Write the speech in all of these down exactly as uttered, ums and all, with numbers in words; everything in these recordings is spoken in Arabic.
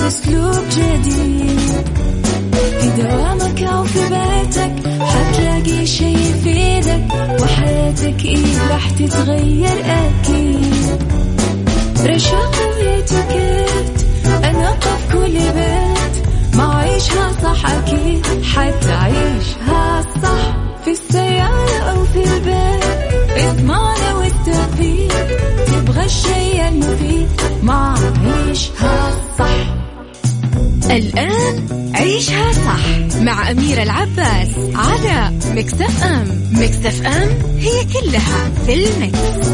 بأسلوب جديد. في دوامك أو في بيتك حتلاقي شي يفيدك، وحياتك إيه راح تتغير أكيد. رشاق ويتوكيت أنا قف كل بيت، ما عيشها صح أكيد حتعيشها صح. في السيارة أو في البيت اسمعنا والتوفيق، تبغى الشيء المفيد ما عيشها صح. الآن عيشها صح مع أميرة العباس على ميكس اف ام. ميكس اف ام هي كلها في الميكس.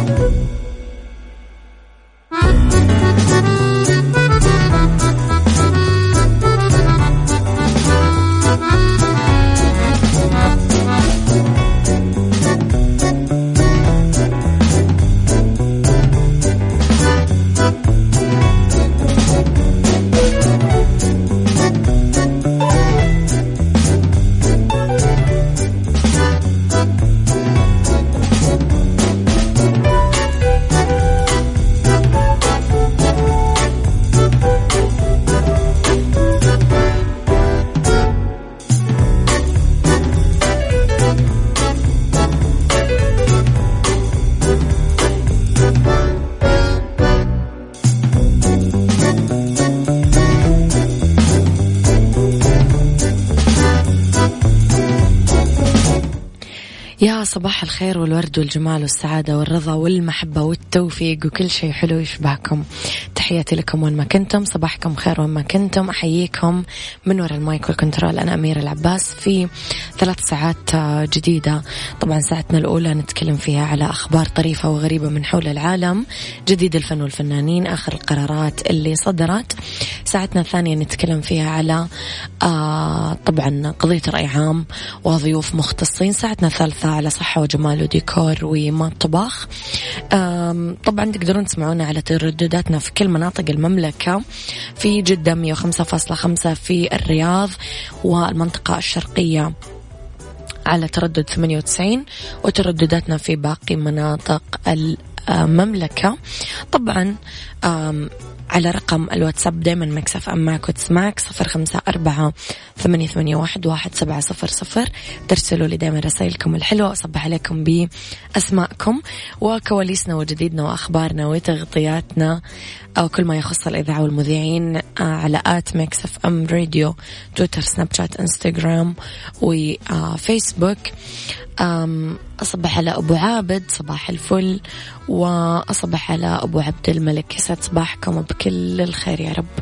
يا صباح الخير والورد والجمال والسعادة والرضا والمحبة والتوفيق وكل شيء حلو يشبهكم. تحياتي لكم وين ما كنتم، صباحكم خير وين ما كنتم. أحييكم من وراء المايك والكنترول، أنا أميرة العباس في ثلاث ساعات جديدة. طبعا ساعتنا الأولى نتكلم فيها على أخبار طريفة وغريبة من حول العالم، جديد الفن والفنانين، آخر القرارات اللي صدرت. ساعتنا الثانية نتكلم فيها على آه طبعا قضية رأي عام وضيوف مختصين. ساعتنا الثالثة على صحة وجمال وديكور وما طباخ. طبعا تقدرون تسمعونا على تردداتنا في كل مناطق المملكة، في جدة مية وخمسة فاصلة خمسة، في الرياض والمنطقة الشرقية على تردد ثمانية وتسعين، وتردداتنا في باقي مناطق المملكة. طبعا على رقم الواتساب دايما مكسف أم معك وتسمعك صفر خمسة أربعة ثمانية ثمانية واحد واحد سبعة صفر صفر. ترسلوا لي دايما رسائلكم الحلوة، أصبح عليكم بأسماءكم وكواليسنا وجديدنا وأخبارنا وتغطياتنا أو كل ما يخص الإذاعة والمذيعين على آت مكسف أم راديو، تويتر، سناب شات، إنستغرام وفيسبوك. أصبح على أبو عابد صباح الفل، وأصبح على أبو عبد الملك، يسعد صباحكم بكل الخير يا رب.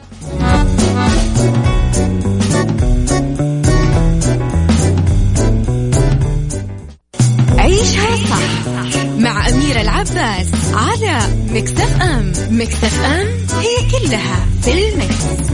عيشها صح مع أميرة العباس على ميكس اف ام. ميكس اف ام هي كلها في الميكس.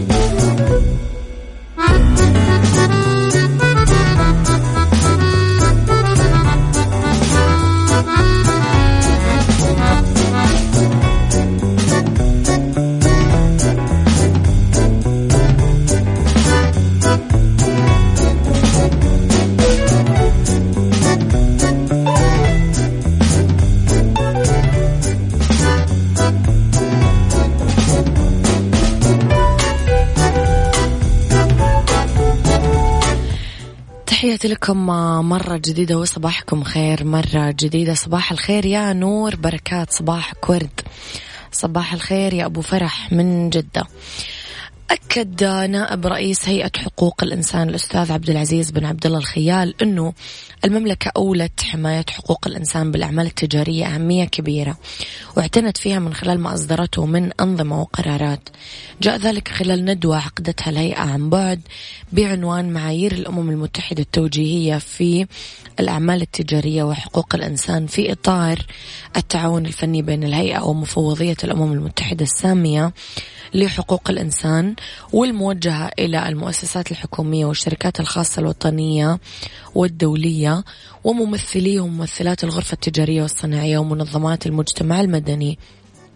تحياتي لكم مرة جديدة وصباحكم خير مرة جديدة. صباح الخير يا نور، بركات، صباحك ورد. صباح الخير يا أبو فرح من جدة. أكد نائب رئيس هيئة حقوق الإنسان الأستاذ عبد العزيز بن عبد الله الخيال أنه المملكة أولت حماية حقوق الإنسان بالأعمال التجارية أهمية كبيرة، واعتنت فيها من خلال ما أصدرته من أنظمة وقرارات. جاء ذلك خلال ندوة عقدتها الهيئة عن بعد بعنوان معايير الأمم المتحدة التوجيهية في الأعمال التجارية وحقوق الإنسان، في إطار التعاون الفني بين الهيئة ومفوضية الأمم المتحدة السامية لحقوق الإنسان، والموجهة إلى المؤسسات الحكومية والشركات الخاصة الوطنية والدولية وممثلي وممثلات الغرفة التجارية والصناعية ومنظمات المجتمع المدني.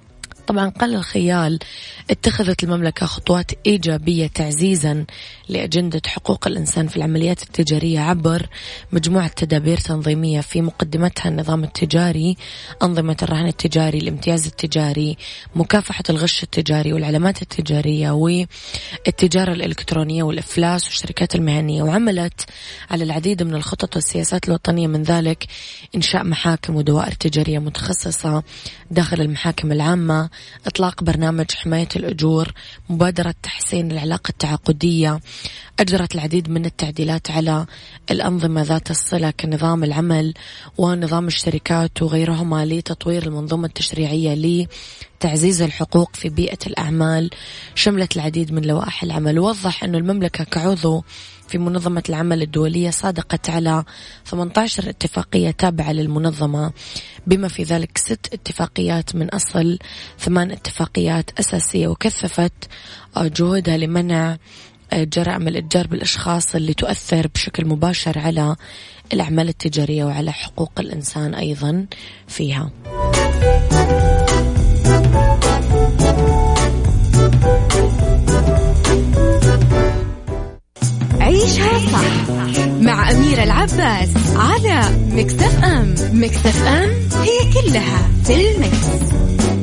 طبعا قل الخيال اتخذت المملكة خطوات إيجابية تعزيزا لأجندة حقوق الإنسان في العمليات التجارية عبر مجموعة تدابير تنظيمية في مقدمتها النظام التجاري، أنظمة الرهن التجاري، الامتياز التجاري، مكافحة الغش التجاري والعلامات التجارية والتجارة الإلكترونية والإفلاس والشركات المهنية. وعملت على العديد من الخطط والسياسات الوطنية، من ذلك إنشاء محاكم ودوائر تجارية متخصصة داخل المحاكم العامة، إطلاق برنامج حماية الأجور، مبادرة تحسين العلاقة التعاقدية. أجرت العديد من التعديلات على الأنظمة ذات الصلة كنظام العمل ونظام الشركات وغيرهما لتطوير المنظومة التشريعية لتعزيز الحقوق في بيئة الأعمال. شملت العديد من لوائح العمل. ووضح أن المملكة كعضو في منظمة العمل الدولية صادقت على ثمانية عشر اتفاقية تابعة للمنظمة، بما في ذلك ست اتفاقيات من أصل ثمان اتفاقيات أساسية، وكثفت جهودها لمنع جرائم الإتجار بالأشخاص اللي تؤثر بشكل مباشر على الأعمال التجارية وعلى حقوق الإنسان أيضا فيها. عيشها صح مع أميرة العباس على ميكس اف ام. ميكس اف ام هي كلها في الميكس.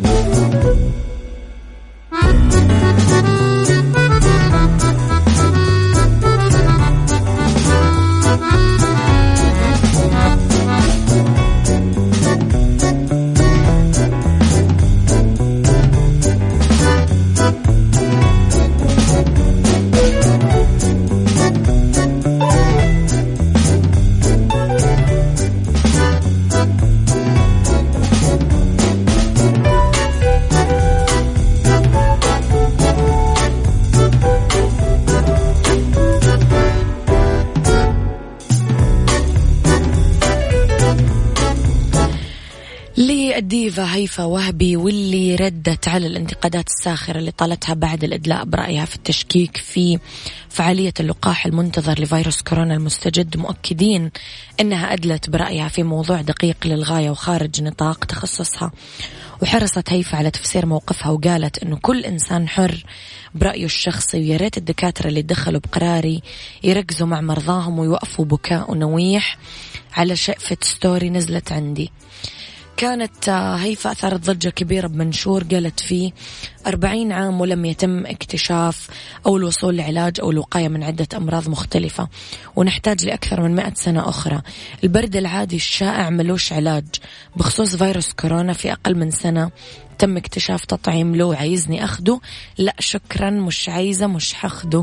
الديفا هيفاء وهبي، واللي ردت على الانتقادات الساخرة اللي طالتها بعد الإدلاء برأيها في التشكيك في فعالية اللقاح المنتظر لفيروس كورونا المستجد، مؤكدين أنها أدلت برأيها في موضوع دقيق للغاية وخارج نطاق تخصصها. وحرصت هيفاء على تفسير موقفها وقالت أنه كل إنسان حر برأيه الشخصي، ويا ريت الدكاترة اللي دخلوا بقراري يركزوا مع مرضاهم ويوقفوا بكاء ونويح على شقفة ستوري نزلت عندي. كانت هيفاء أثارت ضجة كبيرة بمنشور قالت فيه أربعين عام ولم يتم اكتشاف أو الوصول لعلاج أو الوقاية من عدة أمراض مختلفة، ونحتاج لأكثر من مئة سنة أخرى. البرد العادي الشائع ملوش علاج، بخصوص فيروس كورونا في أقل من سنة تم اكتشاف تطعيم له. عايزني أخده؟ لا شكرا، مش عايزة، مش حخده.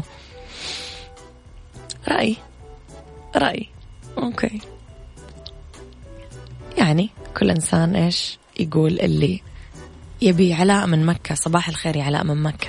رأي رأي أوكي، يعني كل إنسان إيش يقول اللي يبي. علاء من مكة، صباح الخير يا علاء من مكة.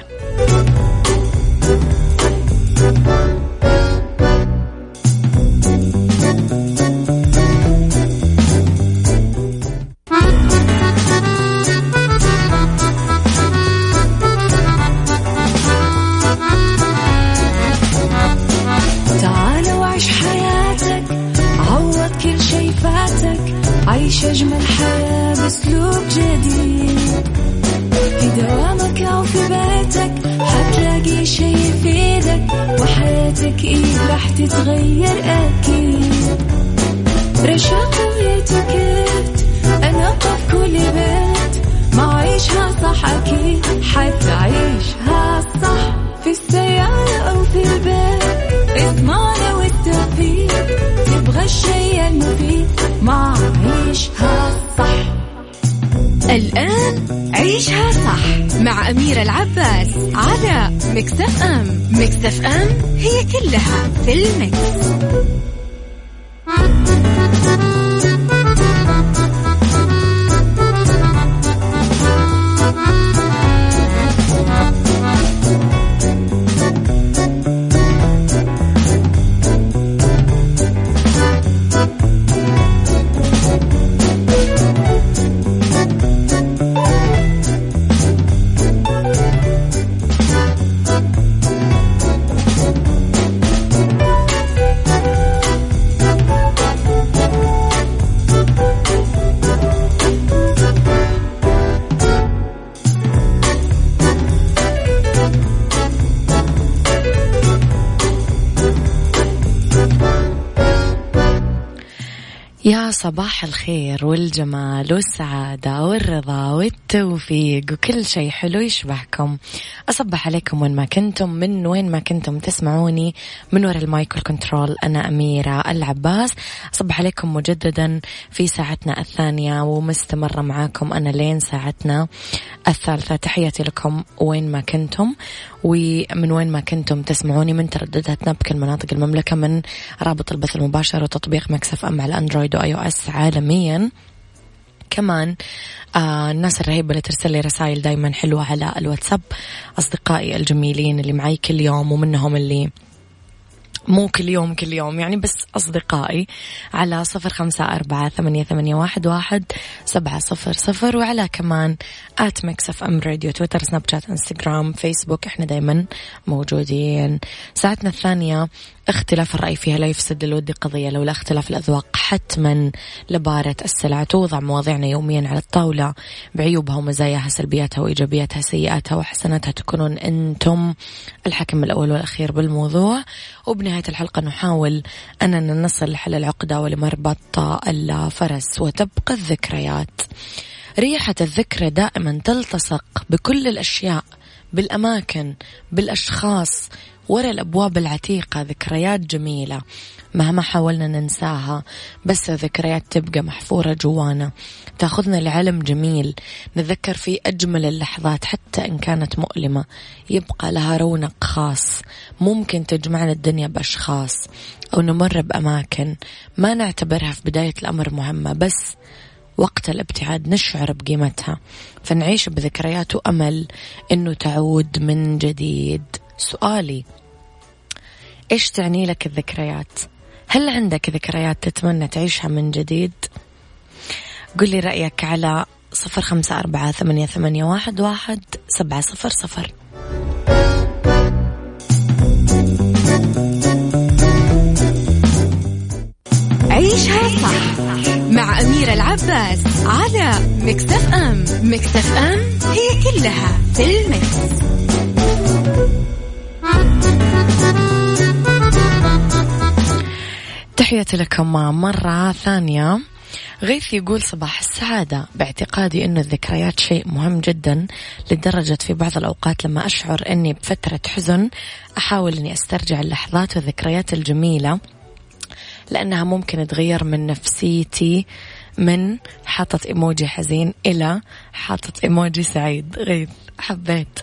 تعال وعيش حياتك، عوض كل شي فاتك، عيش أجمل حياة بأسلوب جديد. في دوامك أو في بيتك حتلاقي شي يفيدك، وحياتك إيه راح تتغير أكيد. رشاق ويتوكيت أنا قف كل بيت، ما عيشها صح أكيد حتعيشها صح. في السيارة أو في البيت اسمعنا والتوفيق، تبغى الشي المفيد ما عيشها صح. الآن عيشها صح مع أميرة العباس على ميكس اف ام. ميكس اف ام هي كلها في الميكس. يا صباح الخير والجمال والسعادة والرضا والتوفيق وكل شيء حلو يشبهكم. أصبح عليكم وين ما كنتم، من وين ما كنتم تسمعوني من وراء المايك والكنترول. أنا أميرة العباس، أصبح عليكم مجددا في ساعتنا الثانية ومستمرة معاكم أنا لين ساعتنا الثالثة. تحياتي لكم وين ما كنتم ومن وين ما كنتم تسمعوني من تردداتنا بكل مناطق المملكة من رابط البث المباشر وتطبيق ميكس إف إم على أندرويد وآي أو إس عالميا. كمان آه الناس الرهيبة اللي ترسل لي رسائل دايما حلوة على الواتساب، أصدقائي الجميلين اللي معي كل يوم، ومنهم اللي مو كل يوم كل يوم يعني بس أصدقائي، على صفر خمسة أربعة ثمانية ثمانية واحد واحد سبعة صفر صفر، وعلى كمان آت ميكس إف إم راديو، تويتر، سناب شات، إنستغرام، فيسبوك، إحنا دايما موجودين. ساعتنا الثانية اختلاف الرأي فيها لا يفسد الود قضية، لولا اختلاف الأذواق حتما لبارة السلع. توضع مواضيعنا يوميا على الطاولة بعيوبها ومزاياها، سلبياتها وإيجابياتها، سيئاتها وحسناتها، تكونون أنتم الحكم الأول والأخير بالموضوع. وبنهاية الحلقة نحاول أننا نصل لحل العقدة ولمربط الفرس، وتبقى الذكريات. ريحة الذكرى دائما تلتصق بكل الأشياء، بالأماكن، بالأشخاص، وراء الأبواب العتيقة. ذكريات جميلة مهما حاولنا ننساها، بس الذكريات تبقى محفورة جوانا، تأخذنا لعالم جميل نتذكر فيه أجمل اللحظات حتى إن كانت مؤلمة. يبقى لها رونق خاص. ممكن تجمعنا الدنيا بأشخاص أو نمر بأماكن ما نعتبرها في بداية الأمر مهمة، بس وقت الابتعاد نشعر بقيمتها، فنعيش بذكريات وأمل إنه تعود من جديد. سؤالي، إيش تعني لك الذكريات؟ هل عندك ذكريات تتمنى تعيشها من جديد؟ قل لي رأيك على صفر خمسة أربعة ثمانية ثمانية واحد واحد سبعة صفر صفر. عيشها صح مع أميرة العباس على ميكس إف إم. ميكس إف إم هي كلها في الميكس. تحياتي لكم مرة ثانية. غيث يقول صباح السعادة، باعتقادي أن الذكريات شيء مهم جدا، لدرجة في بعض الأوقات لما أشعر أني بفترة حزن أحاول أني أسترجع اللحظات والذكريات الجميلة، لأنها ممكن تغير من نفسيتي، من حاطط إيموجي حزين إلى حاطط إيموجي سعيد. غيث حبيت.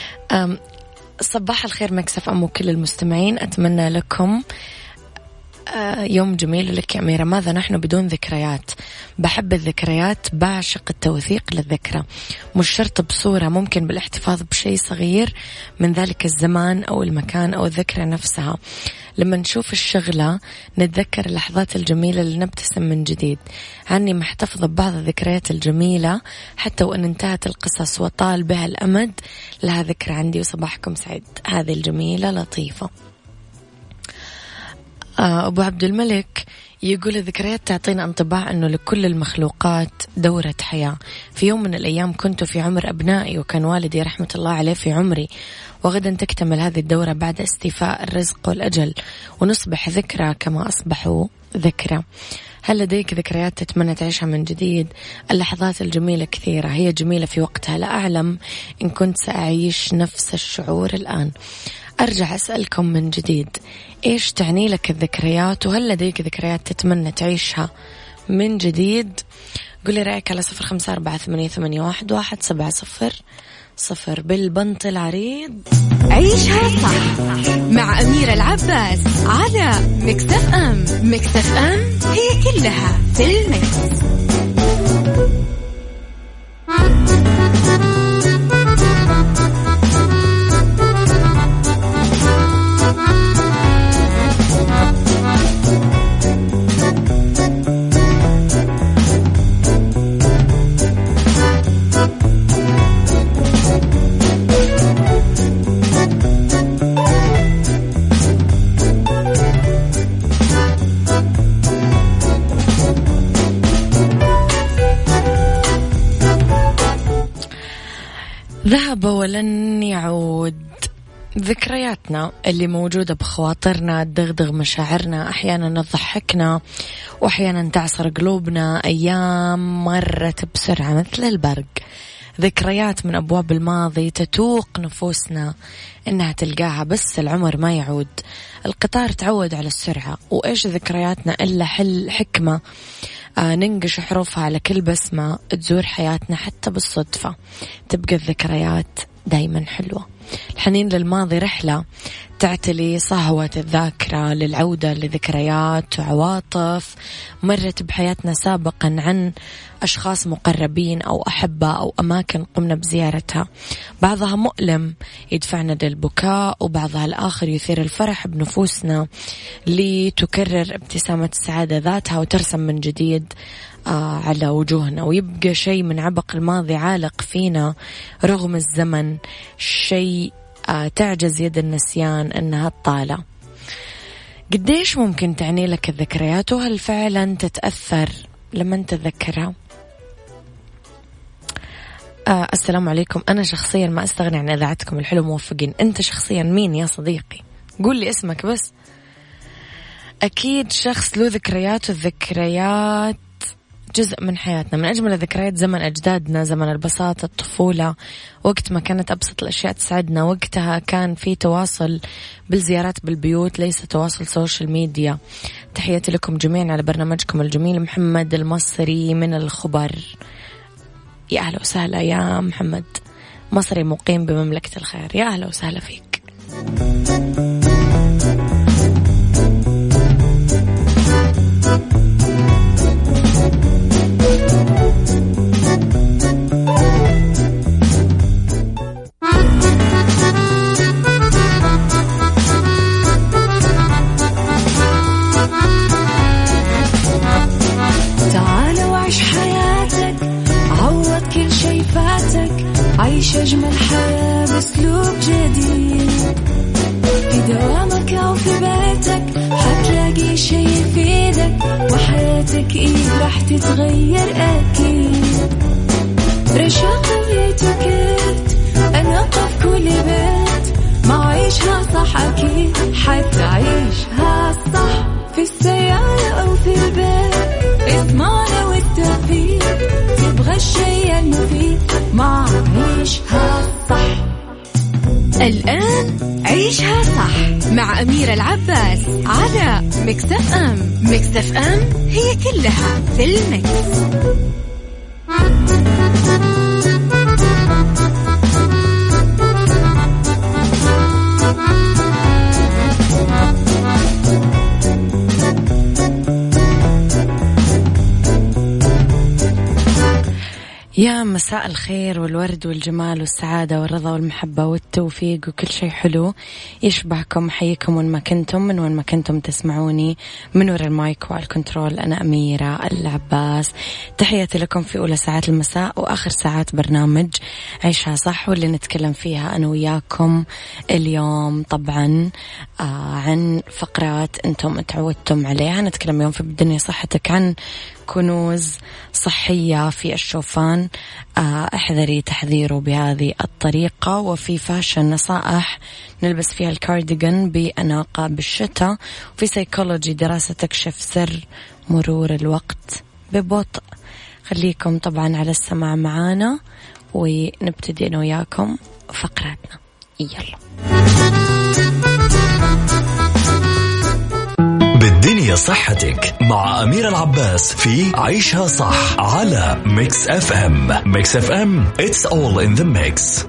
صباح الخير ميكس إف إم وكل المستمعين، أتمنى لكم يوم جميل. لك يا أميرة، ماذا نحن بدون ذكريات؟ بحب الذكريات، بعشق التوثيق للذكرى، مش شرط بصورة، ممكن بالاحتفاظ بشيء صغير من ذلك الزمان أو المكان أو الذكرى نفسها. لما نشوف الشغلة نتذكر اللحظات الجميلة اللي نبتسم من جديد. عني محتفظة ببعض الذكريات الجميلة حتى وإن انتهت القصص وطال بها الأمد، لها ذكرى عندي. وصباحكم سعيد. هذه الجميلة لطيفة. أبو عبد الملك يقول الذكريات تعطينا انطباع أنه لكل المخلوقات دورة حياة. في يوم من الأيام كنت في عمر أبنائي، وكان والدي رحمة الله عليه في عمري، وغدا تكتمل هذه الدورة بعد استيفاء الرزق والأجل، ونصبح ذكرى كما أصبحوا ذكرى. هل لديك ذكريات تتمنى تعيشها من جديد؟ اللحظات الجميلة كثيرة، هي جميلة في وقتها، لا أعلم إن كنت سأعيش نفس الشعور الآن. أرجع أسألكم من جديد، إيش تعني لك الذكريات؟ وهل لديك ذكريات تتمنى تعيشها من جديد؟ قولي رأيك على صفر خمسة أربعة ثمانية ثمانية واحد واحد سبعة صفر صفر. بالبنط العريض عيشها صح مع أميرة العباس على ميكس إف إم. ميكس إف إم هي كلها في الميكس. ذهب ولن يعود، ذكرياتنا اللي موجودة بخواطرنا تدغدغ مشاعرنا، أحيانا تضحكنا وأحيانا تعصر قلوبنا. أيام مرت بسرعة مثل البرق، ذكريات من أبواب الماضي تتوق نفوسنا إنها تلقاها، بس العمر ما يعود، القطار تعود على السرعة. وإيش ذكرياتنا إلا حل حكمة آه ننقش حروفها على كل بسمة تزور حياتنا حتى بالصدفة. تبقى الذكريات دايما حلوة. الحنين للماضي رحلة تعتلي صهوة الذاكرة للعودة لذكريات وعواطف مرت بحياتنا سابقا عن أشخاص مقربين أو أحبة أو أماكن قمنا بزيارتها. بعضها مؤلم يدفعنا للبكاء، وبعضها الآخر يثير الفرح بنفوسنا لتكرر ابتسامة السعادة ذاتها وترسم من جديد آه على وجوهنا. ويبقى شيء من عبق الماضي عالق فينا رغم الزمن، شيء آه تعجز يد النسيان أنها تطالع. قديش ممكن تعني لك الذكريات، وهل فعلا تتأثر لما تتذكرها؟ آه السلام عليكم. أنا شخصيا ما أستغني عن إذاعتكم الحلو، موفقين. أنت شخصيا مين يا صديقي؟ قول لي اسمك بس. أكيد شخص له ذكريات، والذكريات جزء من حياتنا. من أجمل الذكريات زمن أجدادنا، زمن البساطة، الطفولة، وقت ما كانت أبسط الأشياء تسعدنا. وقتها كان في تواصل بالزيارات بالبيوت، ليس تواصل سوشيال ميديا. تحياتي لكم جميعا على برنامجكم الجميل. محمد المصري من الخبر. يا أهلا وسهلا يا محمد، مصري مقيم بمملكة الخير، يا أهلا وسهلا فيك. عيش أجمل حياة بأسلوب جديد، في دوامك أو في بيتك حتلاقي شي يفيدك، وحياتك إيه راح تتغير أكيد. رشاق ويتوكيت أنا قف كل بيت، ما عيشها صح أكيد حتعيشها صح، في السيارة أو في البيت اسمعنا والتوفيق، تبغى الشي المفيد ما عيشها صح. الآن عيشها صح مع أميرة العباس على ميكس اف ام. ميكس اف ام هي كلها في الميكس. يا مساء الخير والورد والجمال والسعادة والرضا والمحبة والتوفيق وكل شيء حلو يشبهكم. حيكم وين ما كنتم، من وين ما كنتم تسمعوني، من وراء المايك والكنترول. أنا أميرة العباس، تحياتي لكم في أولى ساعات المساء وآخر ساعات برنامج عيشها صح، واللي نتكلم فيها أنا وياكم اليوم طبعا آه عن فقرات أنتم تعودتم عليها. نتكلم اليوم في بالدنيا صحتك عن كنوز صحية في الشوفان، آه احذري تحذيره بهذه الطريقة. وفي فاشن نصائح نلبس فيها الكارديغان بأناقة بالشتاء. وفي سيكولوجي دراسة تكشف سر مرور الوقت ببطء. خليكم طبعا على السماع معانا ونبتدي أنا وياكم فقراتنا. يلا بالدنيا صحتك مع أميرة العباس في عيشها صح على ميكس اف ام. ميكس اف ام it's all in the mix.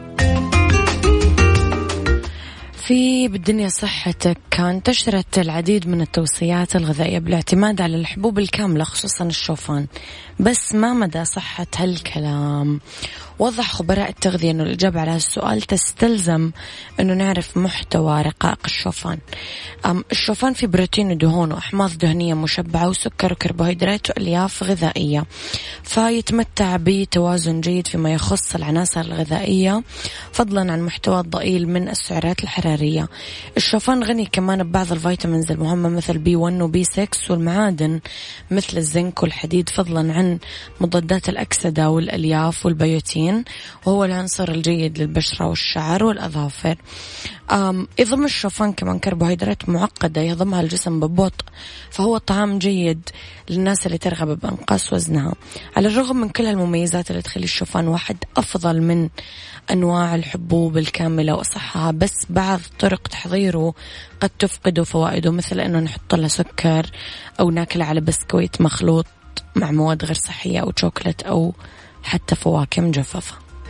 في بالدنيا صحتك انتشرت العديد من التوصيات الغذائية بالاعتماد على الحبوب الكاملة خصوصا الشوفان، بس ما مدى صحة هالكلام؟ وضح خبراء التغذية أنه الإجابة على السؤال تستلزم أنه نعرف محتوى رقائق الشوفان. الشوفان فيه بروتين ودهون وأحماض دهنية مشبعة وسكر وكربوهيدرات وألياف غذائية، فيتمتع بتوازن جيد فيما يخص العناصر الغذائية فضلا عن محتوى ضئيل من السعرات الحرارية. الشوفان غني كمان ببعض الفيتامينز المهمة مثل بي واحد وبي ستة والمعادن مثل الزنك والحديد، فضلا عن مضادات الأكسدة والألياف والبيوتين البروتين وهو العنصر الجيد للبشرة والشعر والأظافر. يضم الشوفان كمان كربوهيدرات معقدة يهضمها الجسم ببطء، فهو طعام جيد للناس اللي ترغب بإنقاص وزنها. على الرغم من كل هالمميزات اللي تخلي الشوفان واحد أفضل من أنواع الحبوب الكاملة وأصحها، بس بعض طرق تحضيره قد تفقد فوائده، مثل أنه نحط له سكر أو ناكل على بسكويت مخلوط مع مواد غير صحية أو شوكولات أو حتى فواكه مجففة.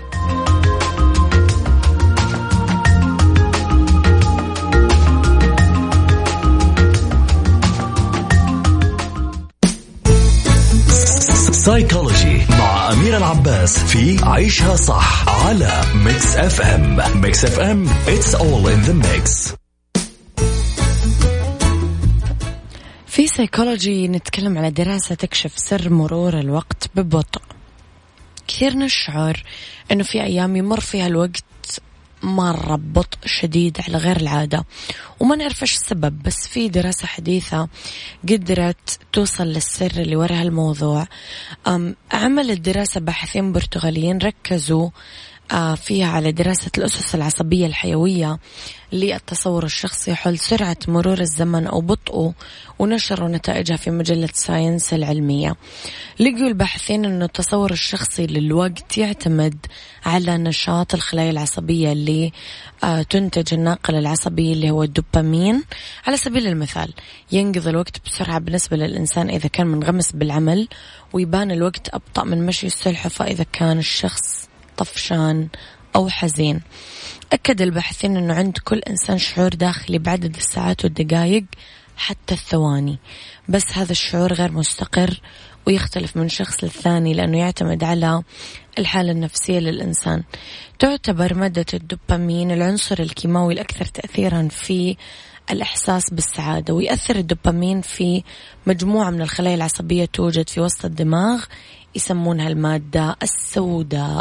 سايكولوجي مع أميرة العباس في عيشها صح على ميكس اف ام. ميكس اف ام it's all in the mix. في سايكولوجي نتكلم على دراسة تكشف سر مرور الوقت ببطء. كثير نشعر أنه في أيام يمر فيها الوقت مرة ببطء شديد على غير العادة وما نعرف إيش السبب، بس في دراسة حديثة قدرت توصل للسر اللي وراء هالموضوع. عملت دراسة باحثين برتغاليين ركزوا فيها على دراسة الأسس العصبية الحيوية للتصور الشخصي حول سرعة مرور الزمن أو بطئه، ونشروا نتائجها في مجلة ساينس العلمية. لقوا الباحثين أن التصور الشخصي للوقت يعتمد على نشاط الخلايا العصبية اللي تنتج الناقل العصبي اللي هو الدوبامين. على سبيل المثال ينقضي الوقت بسرعة بالنسبة للإنسان إذا كان منغمس بالعمل، ويبان الوقت أبطأ من مشي السلحفاة إذا كان الشخص طفشان أو حزين. أكد الباحثين أنه عند كل إنسان شعور داخلي بعدد الساعات والدقائق حتى الثواني، بس هذا الشعور غير مستقر ويختلف من شخص للثاني لأنه يعتمد على الحالة النفسية للإنسان. تعتبر مادة الدوبامين العنصر الكيماوي الأكثر تأثيرا في الإحساس بالسعادة، ويأثر الدوبامين في مجموعة من الخلايا العصبية توجد في وسط الدماغ يسمونها المادة السوداء.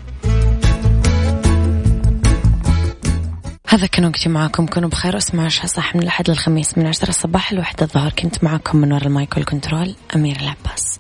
هذا كان وقتي معاكم، كونوا بخير واسمعوا عيشها صح من الأحد للخميس من عشرة الصباح لواحدة الظهر. كنت معاكم من وراء المايك والكنترول أميرة العباس.